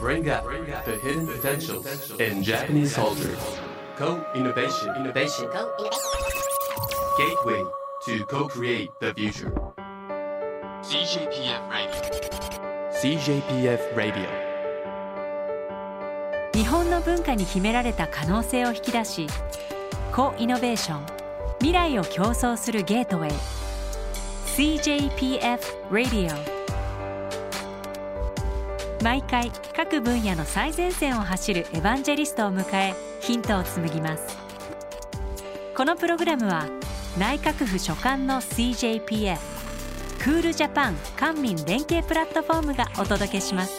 Bring out the hidden potentials in Japanese culture. Co-innovation. Gateway to co-create the future. CJPF Radio. 日本の文化に秘められた可能性を引き出し、コイノベーション、未来を競争するゲートウェイ CJPF Radio。 毎回各分野の最前線を走るエヴァンジェリストを迎え、ヒントを紡ぎます。このプログラムは内閣府所管の CJPF クールジャパン官民連携プラットフォームがお届けします。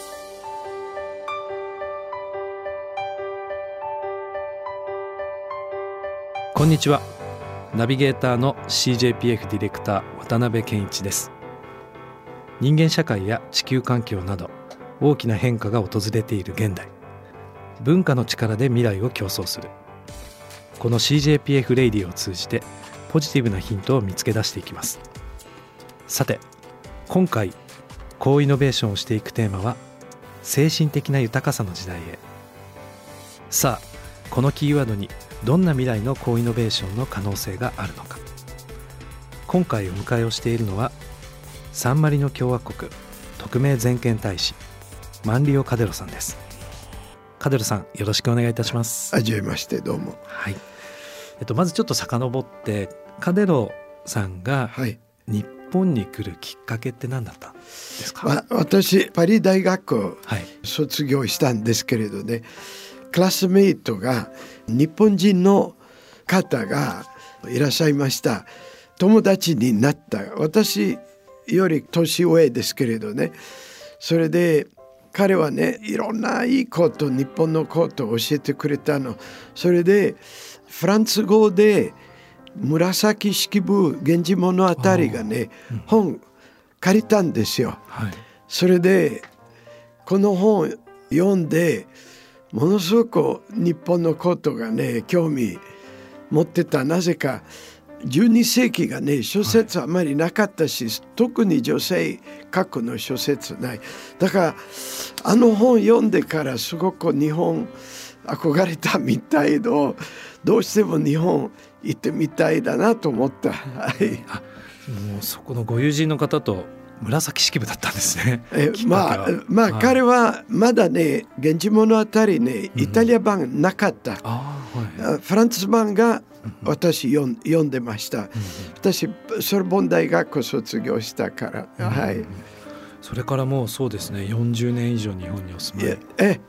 こんにちは。ナビゲーターの CJPF ディレクター渡辺健一です。人間社会や地球環境など大きな変化が訪れている現代、文化の力で未来を競争する。この CJPF レイディを通じてポジティブなヒントを見つけ出していきます。さて、今回コイノベーションをしていくテーマは精神的な豊かさの時代へ。さあ、このキーワードにどんな未来のコイノベーションの可能性があるのか。今回お迎えをしているのはサンマリノ共和国特命全権大使マンリオ・カデロさんです。カデロさん、よろしくお願いいたします。 はじめまして、どうも。 はい。まずちょっと遡ってカデロさんが日本に来るきっかけって何だったんですか？ 私パリ大学を卒業したんですけれどね、クラスメイトが日本人の方がいらっしゃいました。友達になった。私より年上ですけれどね、それで彼はね、いろんないいこと、日本のことを教えてくれたの。それでフランス語で紫式部源氏物語がね、本借りたんですよ。それでこの本読んで、ものすごく日本のことがね、興味持ってた。なぜか12世紀がね、小説あまりなかったし、特に女性書くの小説ない。だからあの本読んでからすごく日本憧れたみたいの、どうしても日本行ってみたいだなと思った。もうそこのご友人の方と紫式部だったんですね。 彼はまだね、源氏物語ね、イタリア版なかった。フランス版が私読んでました。私ソルボン大学卒業したから。 それからもうそうですね、40年以上日本にお住まい。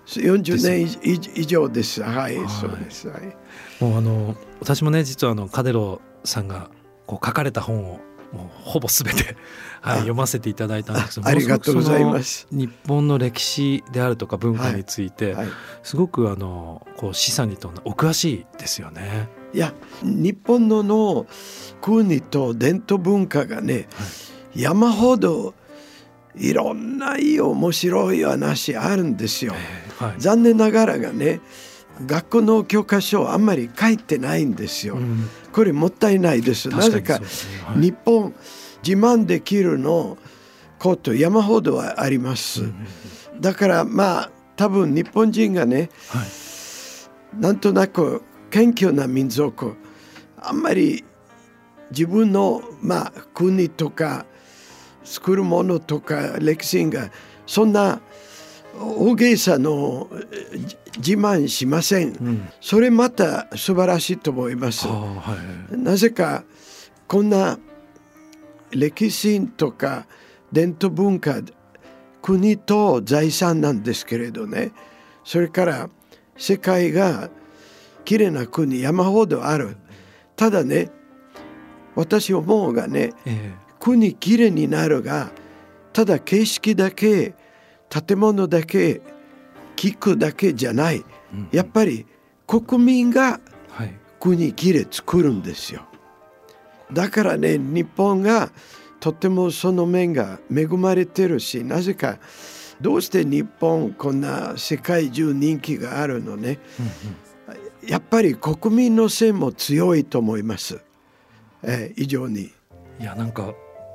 40年以上です。そうです。 もう私もね、実はカデロさんが書かれた本をもうほぼすべて、読ませていただいたんですけど、 ありがとうございます。 日本の歴史であるとか文化について、すごく示唆に富んだお詳しいですよね。 いや、日本の国と伝統文化がね、山ほどいろんないい面白い話あるんですよ。残念ながらがね、学校の教科書あんまり書いてないんですよ。これもったいないです。なぜか、日本自慢できるのこと山ほどはあります。だから多分日本人がね、なんとなく謙虚な民族、あんまり自分の国とか作るものとか歴史がそんな大げさの自慢しません。それまた素晴らしいと思います。なぜかこんな歴史とか伝統文化、国と財産なんですけれどね、それから世界がきれいな国山ほどある。ただね、私思うがね、国きれいになるが、ただ景色だけ、建物だけ、聞くだけじゃない。やっぱり国民が国きれい作るんですよ。だからね、日本がとてもその面が恵まれてるし、なぜかどうして日本こんな世界中人気があるのね。やっぱり国民の線も強いと思います。以上に。 いや、なんか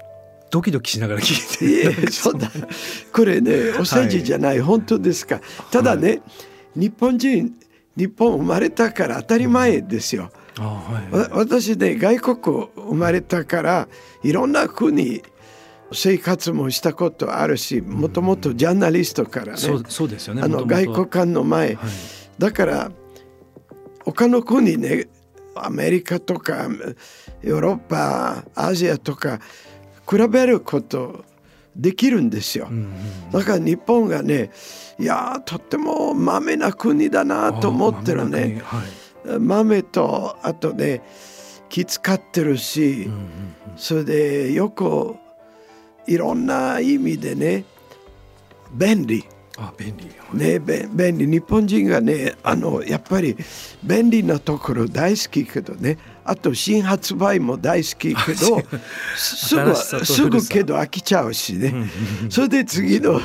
ドキドキしながら聞いてそうだこれねお世辞じゃない、本当ですか。ただね、日本生まれたから当たり前ですよ。私ね外国生まれたからいろんな国生活もしたことあるし、もともとジャーナリストからね、 そうですよね、 外国間の前、だから他の国ね、アメリカとかヨーロッパ、アジアとか比べることできるんですよ。だから日本がね、いやとってもまめな国だなと思ってるね。まめとあとね気使ってるし、それでよくいろんな意味でね便利。便利。日本人がねやっぱり便利なところ大好きけどね、あと新発売も大好きけどすぐけど飽きちゃうしねそれで次の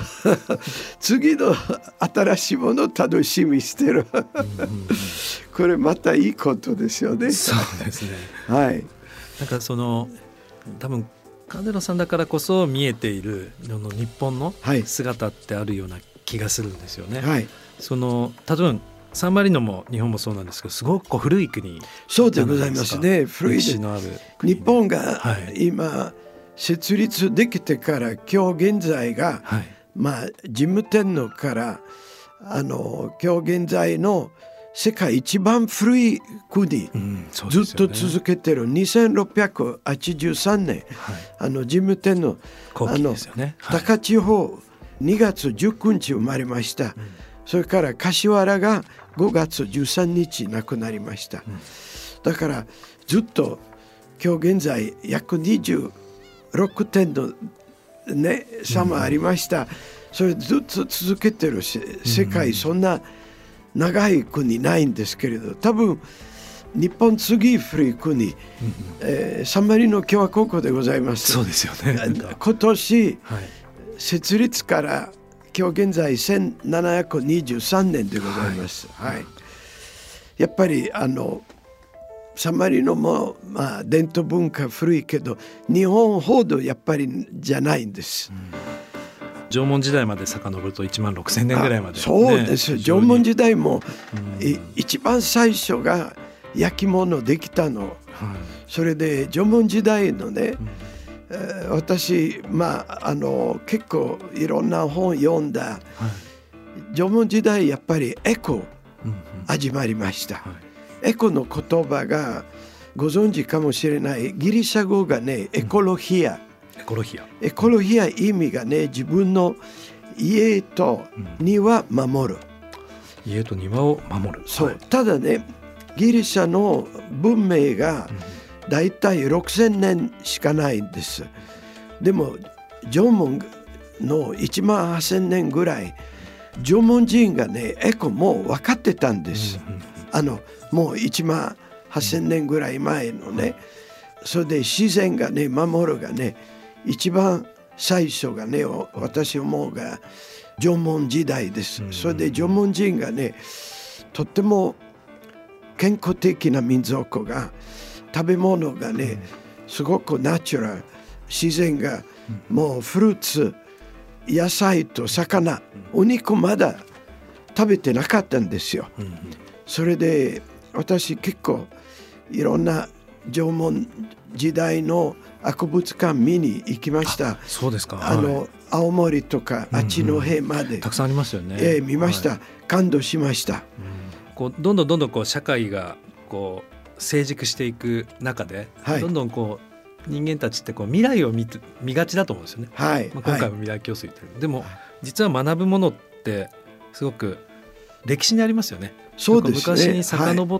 新しいものを楽しみしてるこれまたいいことですよね。 そうですね。 はい。 なんか多分カデロさんだからこそ見えている日本の姿ってあるような気がするんですよね。はい、多分サンマリノも日本もそうなんですけど、すごく古い国。 そうでございますね。古い歴史のある日本が今設立できてから今日現在が、事務天皇から今日現在の世界一番古い国、ずっと続けてる2683年、事務天皇高千穂2月19日生まれました。それから柏原が5月13日亡くなりました。だからずっと今日現在約26点のね差もありました。それずっと続けてるし、世界そんな長い国ないんですけれど、多分日本次古い国、サンマリノ共和国でございます。 そうですよね。 今年、設立から今日現在1723年でございます。やっぱりサンマリノも、伝統文化古いけど日本ほどやっぱりじゃないんです。 縄文時代まで遡ると1万6000年ぐらいまで、 そうです。縄文時代も、一番最初が焼き物できたの、それで縄文時代のね、私結構いろんな本読んだ、縄文時代やっぱりエコ始まりました。エコの言葉がご存知かもしれない、ギリシャ語がねエコロヒア、エコロヒア意味がね、自分の家と庭守る、 家と庭を守る。 そう、ただねギリシャの文明がだいたい6000年しかないんです。でも縄文の1万8000年ぐらい縄文人がねエコもう分かってたんです。もう1万8000年ぐらい前のね、それで自然がね守るがね一番最初がね、私思うが縄文時代です。それで縄文人がねとっても健康的な民族が、食べ物がねすごくナチュラル、自然がもうフルーツ、野菜と魚、お肉まだ食べてなかったんですよ。それで私結構いろんな縄文時代の博物館見に行きました。 そうですか。 青森とか八戸まで、 たくさんありますよね。 見ました。感動しました。 どんどんこう社会がこう成熟していく中で、どんどんこう人間たちってこう未来を見がちだと思うんですよね。今回も未来競争言ってる。でも実は学ぶものってすごく歴史にありますよね。 そうですね。 昔に遡って、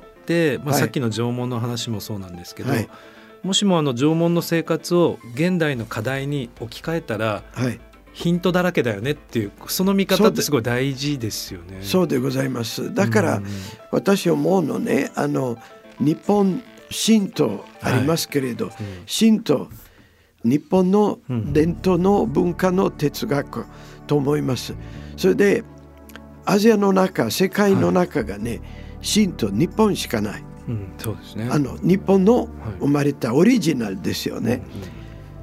さっきの縄文の話もそうなんですけど、もしも縄文の生活を現代の課題に置き換えたら、ヒントだらけだよねっていう、その見方ってすごい大事ですよね。 そうでございます。だから私思うのね、日本神道ありますけれど、神道、日本の伝統の文化の哲学と思います。それでアジアの中、世界の中がね、神道日本しかない。 そうですね。 日本の生まれたオリジナルですよね。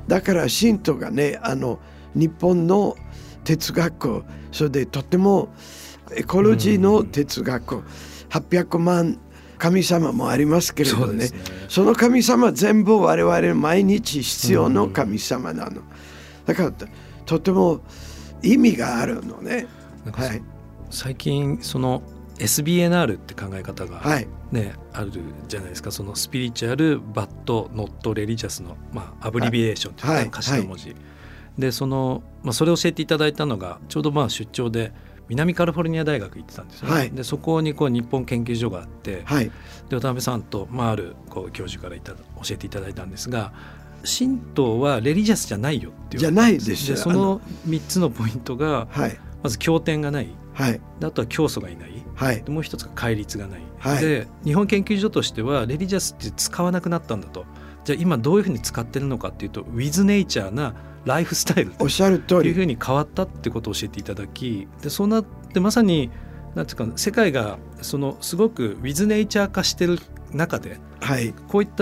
だから神道がね日本の哲学、それでとてもエコロジーの哲学、800万神様もありますけれどね、その神様全部我々毎日必要の神様なの。だからとても意味があるのね。はい、 最近その SBNR って考え方が、 はいね、あるじゃないですか。そのスピリチュアルバッドノットレリジャスの、アブリビエーションというか頭文字、でそれを教えていただいたのがちょうど出張で南カリフォルニア大学行ってたんですよね。でそこに日本研究所があって、で渡辺さんと、ある教授から教えていただいたんですが、神道はレリジャスじゃないよっていう。 じゃないですよ。 でその3つのポイントが、まず経典がない、であとは教祖がいない、でもう一つが戒律がない、で日本研究所としてはレリジャスって使わなくなったんだと。じゃあ今どういうふうに使ってるのかっていうと、ウィズネイチャーなライフスタイルおっしゃる通りというふうに変わったってことを教えていただき、でそうなってまさになんていうか、世界がすごくウィズネイチャー化してる中で、こういった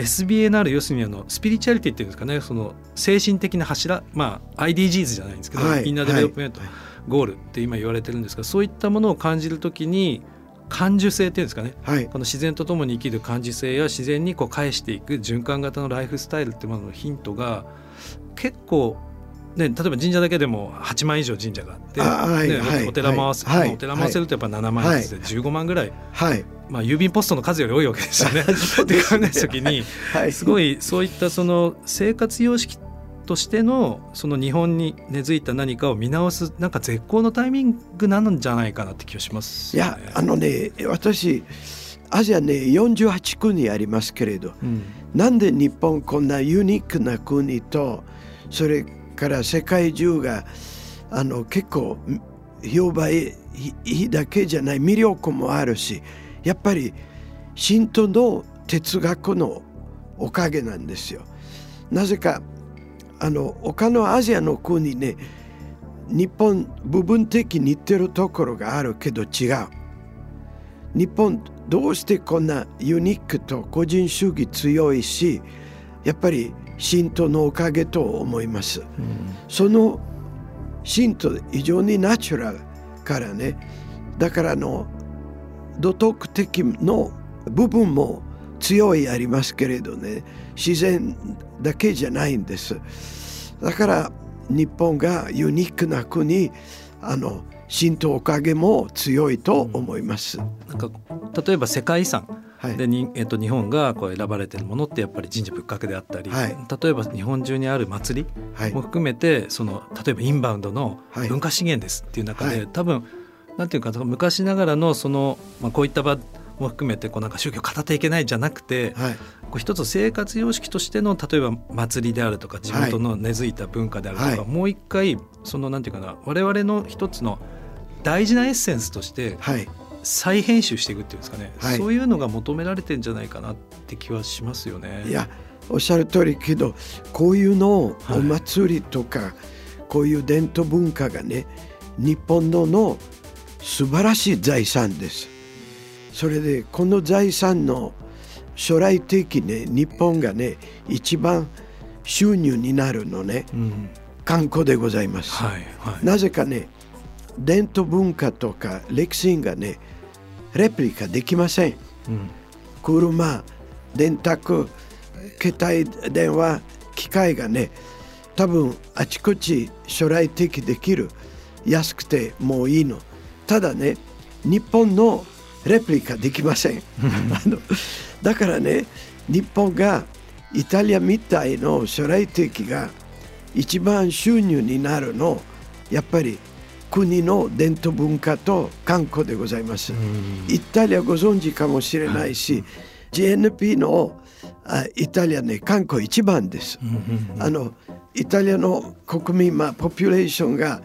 SBNR、 要するにスピリチュアリティっていうんですかね、その精神的な柱、IDGs じゃないんですけど、インナーデベロップメント、ゴールって今言われてるんですが、そういったものを感じるときに感受性っていうんですかね、この自然とともに生きる感受性や自然に返していく循環型のライフスタイルっていうもののヒントが結構、例えば神社だけでも8万以上神社があって、お寺も合わせるとやっぱ7万円で15万ぐらい、郵便ポストの数より多いわけですよね。って考えた時に、すごいそういったその生活様式としてのその日本に根付いた何かを見直す絶好のタイミングなんじゃないかなって気がしますよね。 いや私アジアね48国ありますけれど、なんで日本こんなユニークな国と、それから世界中が結構評判いいだけじゃない魅力もあるし、やっぱり神道の哲学のおかげなんですよ。なぜか他のアジアの国ね、日本部分的に似てるところがあるけど違う。日本どうしてこんなユニークと個人主義強いし、やっぱり神道のおかげと思います。その神道非常にナチュラルからね、だから道徳的の部分も強いありますけれどね、自然だけじゃないんです。だから日本がユニークな国、神道おかげも強いと思います。 例えば世界遺産で日本が選ばれているものってやっぱり神社仏閣であったり、例えば日本中にある祭りも含めて、例えばインバウンドの文化資源ですっていう中で、多分なんていうか昔ながらのこういった場も含めて宗教語っていけないじゃなくて、一つ生活様式としての例えば祭りであるとか地元の根付いた文化であるとか、もう一回なんていうかな、我々の一つの大事なエッセンスとして再編集していくっていうんですかね、そういうのが求められてんじゃないかなって気はしますよね。 いやおっしゃる通りけど、こういうのお祭りとか、こういう伝統文化がね、日本の素晴らしい財産です。それでこの財産の将来的に日本がね一番収入になるのね、観光でございます。なぜかね、伝統文化とか歴史がねレプリカできません。車、電卓、携帯電話、機械がね多分あちこち将来的できる、安くてもういいの。ただね、日本のレプリカできません。だからね、日本がイタリアみたいの将来的が一番収入になるの、やっぱり国の伝統文化と観光でございます。イタリアご存知かもしれないし、GNP のイタリアね観光一番です。イタリアの国民、ポピュレーションが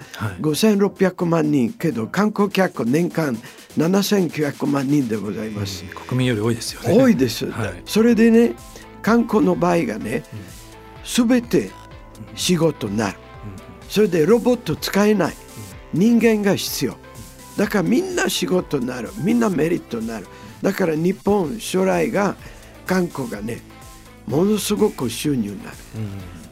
5600万人けど、観光客年間7900万人でございます。 国民より多いですよね。 多いです、それでね、観光の場合がね、全て仕事になる。それでロボット使えない、人間が必要だから、みんな仕事になる、みんなメリットになる。だから日本将来が観光がねものすごく収入になる。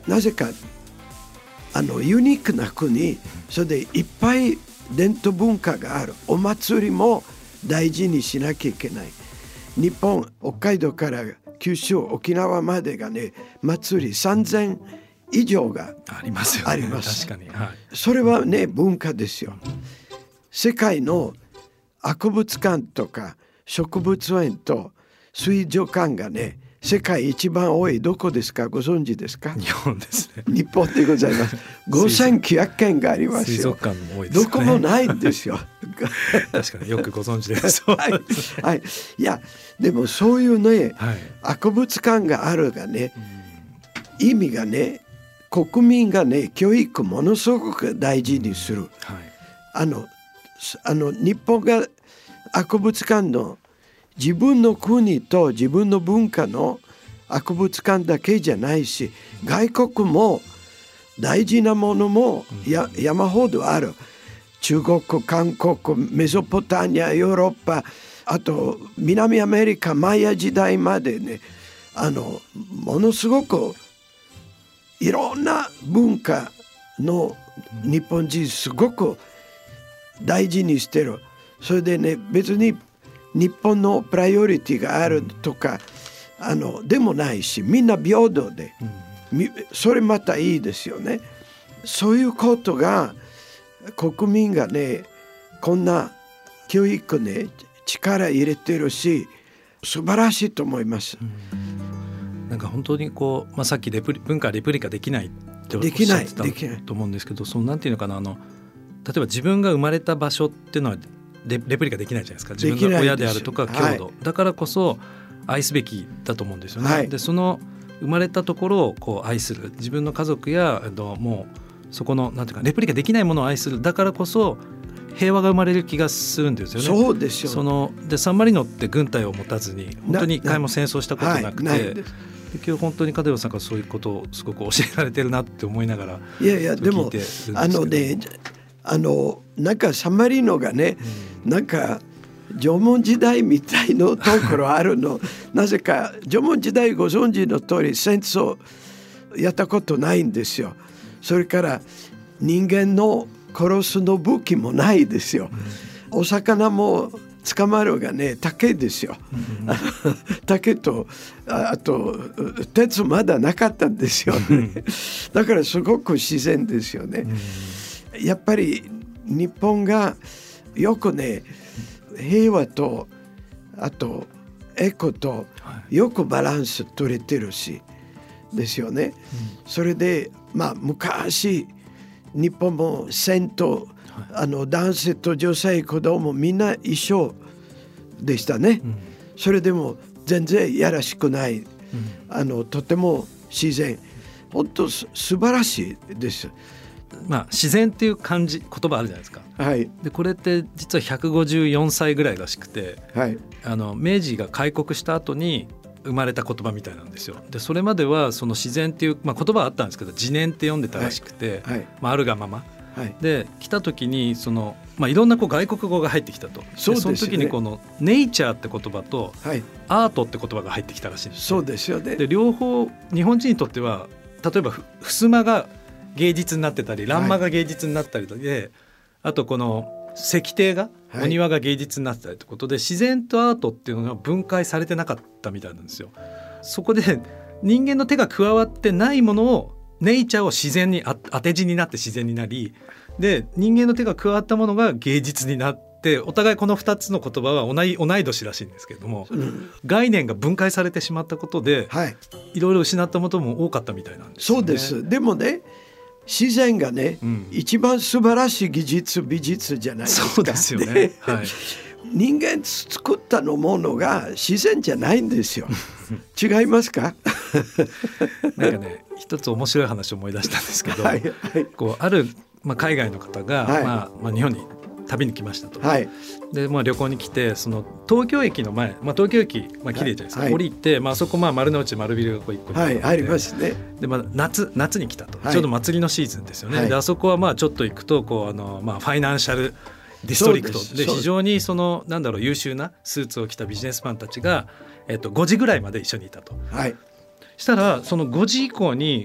なぜかユニークな国、それでいっぱい伝統文化がある。お祭りも大事にしなきゃいけない。日本、北海道から九州、沖縄までがね、祭り3000以上がありますよね。 あります。 確かに、はい、 それはね、文化ですよ。世界の博物館とか植物園と水族館がね、世界一番多いどこですか？ご存知ですか？ 日本ですね。 日本でございます。5900件がありますよ。 水族館も多いですね。 どこもないんですよ。 確かによくご存知です。 はい、はい、いやでもそういうね、 はい、 博物館があるがね、意味がね、国民がね、教育ものすごく大事にする。はい、日本が博物館の自分の国と自分の文化の博物館だけじゃないし、外国も大事なものも山ほどある。中国、韓国、メソポタミア、ヨーロッパ、あと南アメリカ、マヤ時代までね、ものすごくいろんな文化の日本人すごく大事にしてる。それでね、別に日本のプライオリティがあるとか、でもないし、みんな平等で、それまたいいですよね。そういうことが国民がね、こんな教育ね、力入れてるし、素晴らしいと思います。 なんか本当にこう、さっき文化はレプリカできないっておっしゃってたと思うんですけど、なんていうのかな、例えば自分が生まれた場所っていうのはレプリカできないじゃないですか。自分が親であるとか郷土、はい、だからこそ愛すべきだと思うんですよね。はい、でその生まれたところをこう愛する、自分の家族やもうそこのなんていうかレプリカできないものを愛する、だからこそ平和が生まれる気がするんですよね。 そうですよ。 でサンマリノって軍隊を持たずに本当に一回も戦争したことなくて、で今日本当に門さんがそういうことをすごく教えられてるなって思いながらでもなんかサンマリノがね、なんか縄文時代みたいのところあるのなぜか縄文時代ご存知の通り戦争やったことないんですよ。それから人間の殺すの武器もないですよ。お魚も捕まるがね、竹ですよ。竹とあと鉄まだなかったんですよね。だからすごく自然ですよね。やっぱり日本がよくね、平和とあとエコとよくバランス取れてるしですよね。それで昔日本も戦闘、男性と女性、子供みんな一緒でしたね。それでも全然やらしくない、とても自然、本当素晴らしいです。 自然っていう言葉あるじゃないですか。はい、でこれって実は154歳ぐらいらしくて、はい、明治が開国した後に生まれた言葉みたいなんですよ。でそれまではその自然っていう、言葉はあったんですけど、自然って読んでたらしくて、はいはい、あるがまま、はい、で来た時にいろんな外国語が入ってきたと。 そうですね、 その時にこのネイチャーって言葉と、はい、アートって言葉が入ってきたらしいんです。 そうですよね。 で両方日本人にとっては、例えば襖が芸術になってたり、欄間が芸術になったりで、はい、あとこの石庭が、お庭が芸術になってたりということで、自然とアートっていうのが分解されてなかったみたいなんですよ。そこで人間の手が加わってないものを、ネイチャーを自然に当て字になって自然になり、で人間の手が加わったものが芸術になって、お互いこの2つの言葉は同い年らしいんですけれども、概念が分解されてしまったことで、いろいろ失ったものも多かったみたいなんですよね。 そうです。でもね、自然がね、一番素晴らしい技術美術じゃないですか。 そうですよね。はい、 人間作ったものが自然じゃないんですよ。違いますか？ なんかね、一つ面白い話を思い出したんですけど、はいはい、ある、海外の方が、はい、日本に旅に来ましたと。はい、で旅行に来て、その東京駅の前、東京駅、綺麗じゃないですか、はい、降りて、そこ丸の内丸ビルが1個ありますね。 で、夏に来たと、ちょうど祭りのシーズンですよね。はい、であそこはちょっと行くとファイナンシャルディストリクトで非常に優秀なスーツを着たビジネスマンたちが、5時ぐらいまで一緒にいたと。はい、したらその5時以降に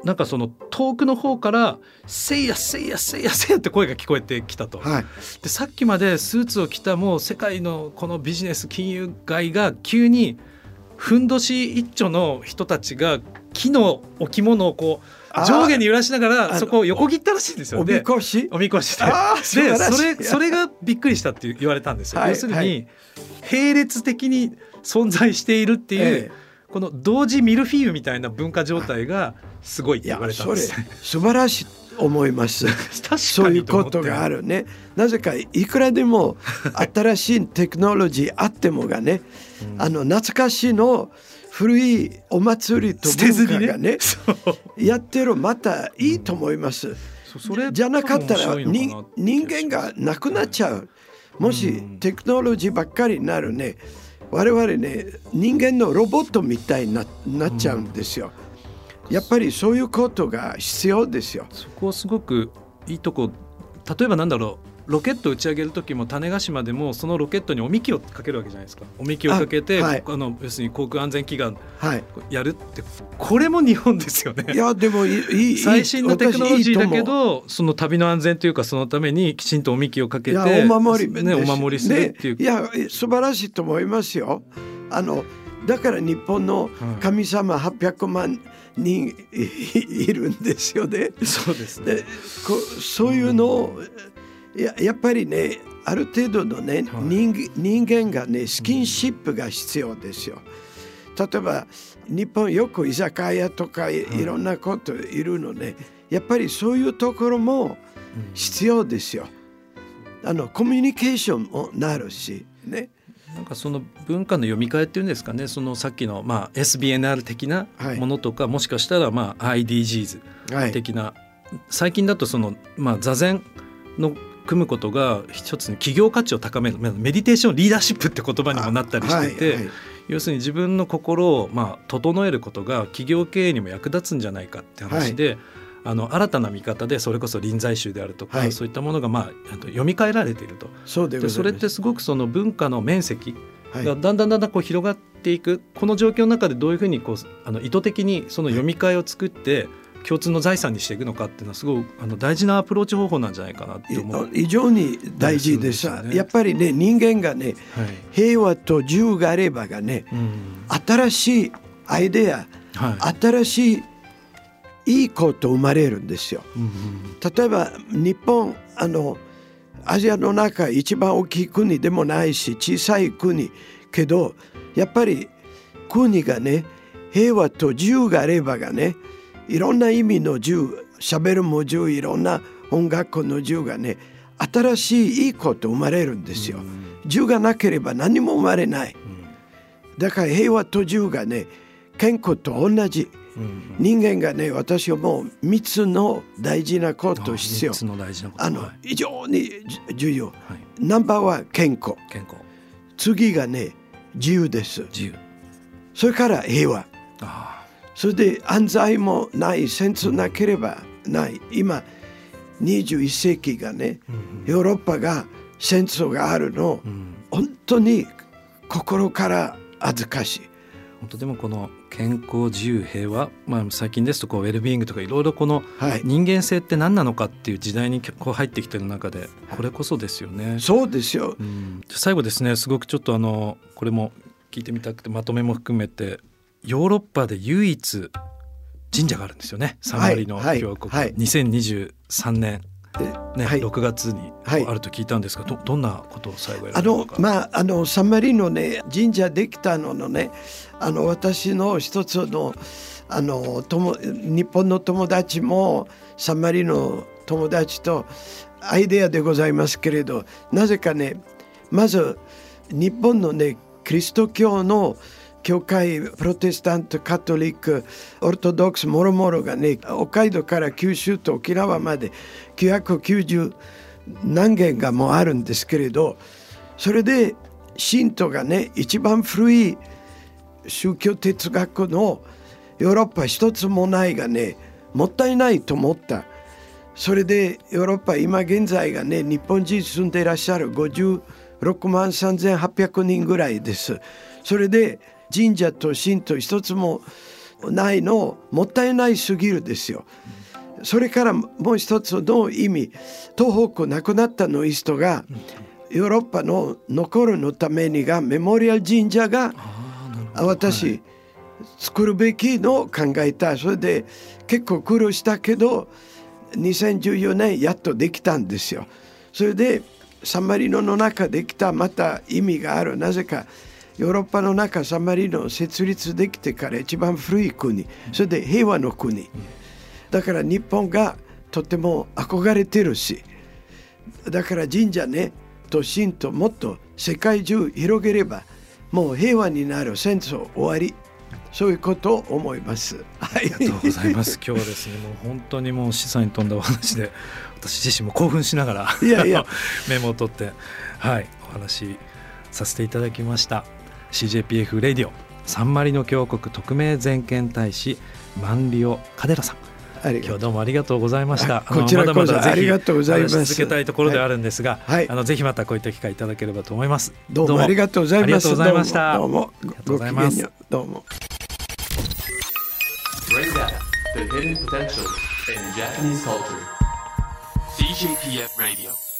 なんかその遠くの方からせいやせいやせいやせいやって声が聞こえてきたと、はい、でさっきまでスーツを着たもう世界のこのビジネス金融街が急にふんどし一丁の人たちが木の置物をこう上下に揺らしながらそこを横切ったらしいんですよ。 おみこしでそれがびっくりしたって言われたんですよ、はい、要するに、はい、並列的に存在しているっていう、この同時ミルフィーユみたいな文化状態がすごいって言われたんです。 それ素晴らしい思いますそういうことがあるね。なぜかいくらでも新しいテクノロジーあってもがね、懐かしの古いお祭りと文化がねやってる、またいいと思います。じゃなかったら人間がなくなっちゃう。もしテクノロジーばっかりになるね、我々ね人間のロボットみたいに なっちゃうんですよ。やっぱりそういうことが必要ですよ。 そこはすごくいいとこ。例えばなんだろう、ロケット打ち上げる時も種子島でもそのロケットにおみきをかけるわけじゃないですか。おみきをかけて、はい、要するに航空安全祈願やるって、はい、これも日本ですよね。 いやでもいい最新のテクノロジーだけど、その旅の安全というかそのためにきちんとおみきをかけてお守り、 ね、お守りするっていう、 いや素晴らしいと思いますよ。だから日本の神様800万人いるんですよね。 そうですね。 そういうのをやっぱりね、ある程度のね、はい、人間がねスキンシップが必要ですよ。例えば日本よく居酒屋とかいろんなこといるのね、やっぱりそういうところも必要ですよ。コミュニケーションもなるしね。 なんかその文化の読み替えっていうんですかね、そのさっきのSBNR 的なものとか、はい、もしかしたらIDGs 的な、はい、最近だとその座禅の組むことが一つに企業価値を高めるメディテーションリーダーシップって言葉にもなったりしてて、はいはい、要するに自分の心を整えることが企業経営にも役立つんじゃないかって話で、はい、新たな見方でそれこそ臨済宗であるとか、はい、そういったものが読み替えられていると。それってすごくその文化の面積がだんだんこう広がっていく、この状況の中でどういうふうにこう意図的にその読み替えを作って共通の財産にしていくのかっていうのはすごい大事なアプローチ方法なんじゃないかなと思う。 非常に大事です。やっぱりね、人間がね、はい、平和と自由があればがね、新しいアイデア、はい、新しいいいこと生まれるんですよ。例えば日本アジアの中一番大きい国でもないし小さい国けど、やっぱり国がね平和と自由があればがね、いろんな意味の自由、喋るも自由、いろんな音楽の自由がね、新しいいいこと生まれるんですよ。自由がなければ何も生まれない。だから平和と自由がね、健康と同じ。人間がね、私はもう3つの大事なこと必要。 3つの大事なこと、 非常に重要。ナンバーは健康。次がね、自由です。それから平和。それで安罪もない、戦争なければない。今21世紀がね、ヨーロッパが戦争があるの、本当に心から恥ずかしい。 本当でもこの健康、自由、平和、最近ですとウェルビーイングとかいろいろこの人間性って何なのかっていう時代にこう入ってきてる中で、これこそですよね。 そうですよ。 最後ですね、すごくちょっとこれも聞いてみたくて、まとめも含めて、ヨーロッパで唯一神社があるんですよね、サンマリノ共和国、2023年、6月にあると聞いたんですが、どんなことを最後やるのか。 サンマリノね、神社できたのね、私の一つの日本の友達もサンマリノ友達とアイデアでございますけれど、なぜかね、まず日本のねキリスト教の教会、プロテスタント、カトリック、オーソドックスもろもろがね、北海道から九州と沖縄まで990何軒がもうあるんですけれど、それで神道がね、一番古い宗教哲学のヨーロッパ一つもないがね、もったいないと思った。それでヨーロッパ今現在がね、日本人住んでいらっしゃる56万3800人ぐらいです。それで神社と神道一つもないのもったいないすぎるですよ。それからもう一つの意味、東北亡くなったの人がヨーロッパの残るのためにがメモリアル神社が私作るべきのを考えた。それで結構苦労したけど2014年やっとできたんですよ。それでサンマリノの中できたまた意味がある。なぜかヨーロッパの中サンマリノ設立できてから一番古い国、それで平和の国だから日本がとても憧れてるし、だから神社ねと神道もっと世界中広げればもう平和になる、戦争終わり、そういうことを思います。 ありがとうございます。今日はですねもう本当にもう示唆に富んだお話で私自身も興奮しながらメモを取って、はい、お話しさせていただきました。 CJPF レディオサンマリノ教国特命全権大使マンリオ・カデラさん、今日どうもありがとうございました。 こちらこそありがとうございます。 話し続けたいところではあるんですが、 はいぜひまたこういった機会いただければと思います。 どうもありがとうございます。 ありがとうございました。 どうもごきげんよう。どうも。 Bring out the hidden potential in Japanese culture. CJPF Radio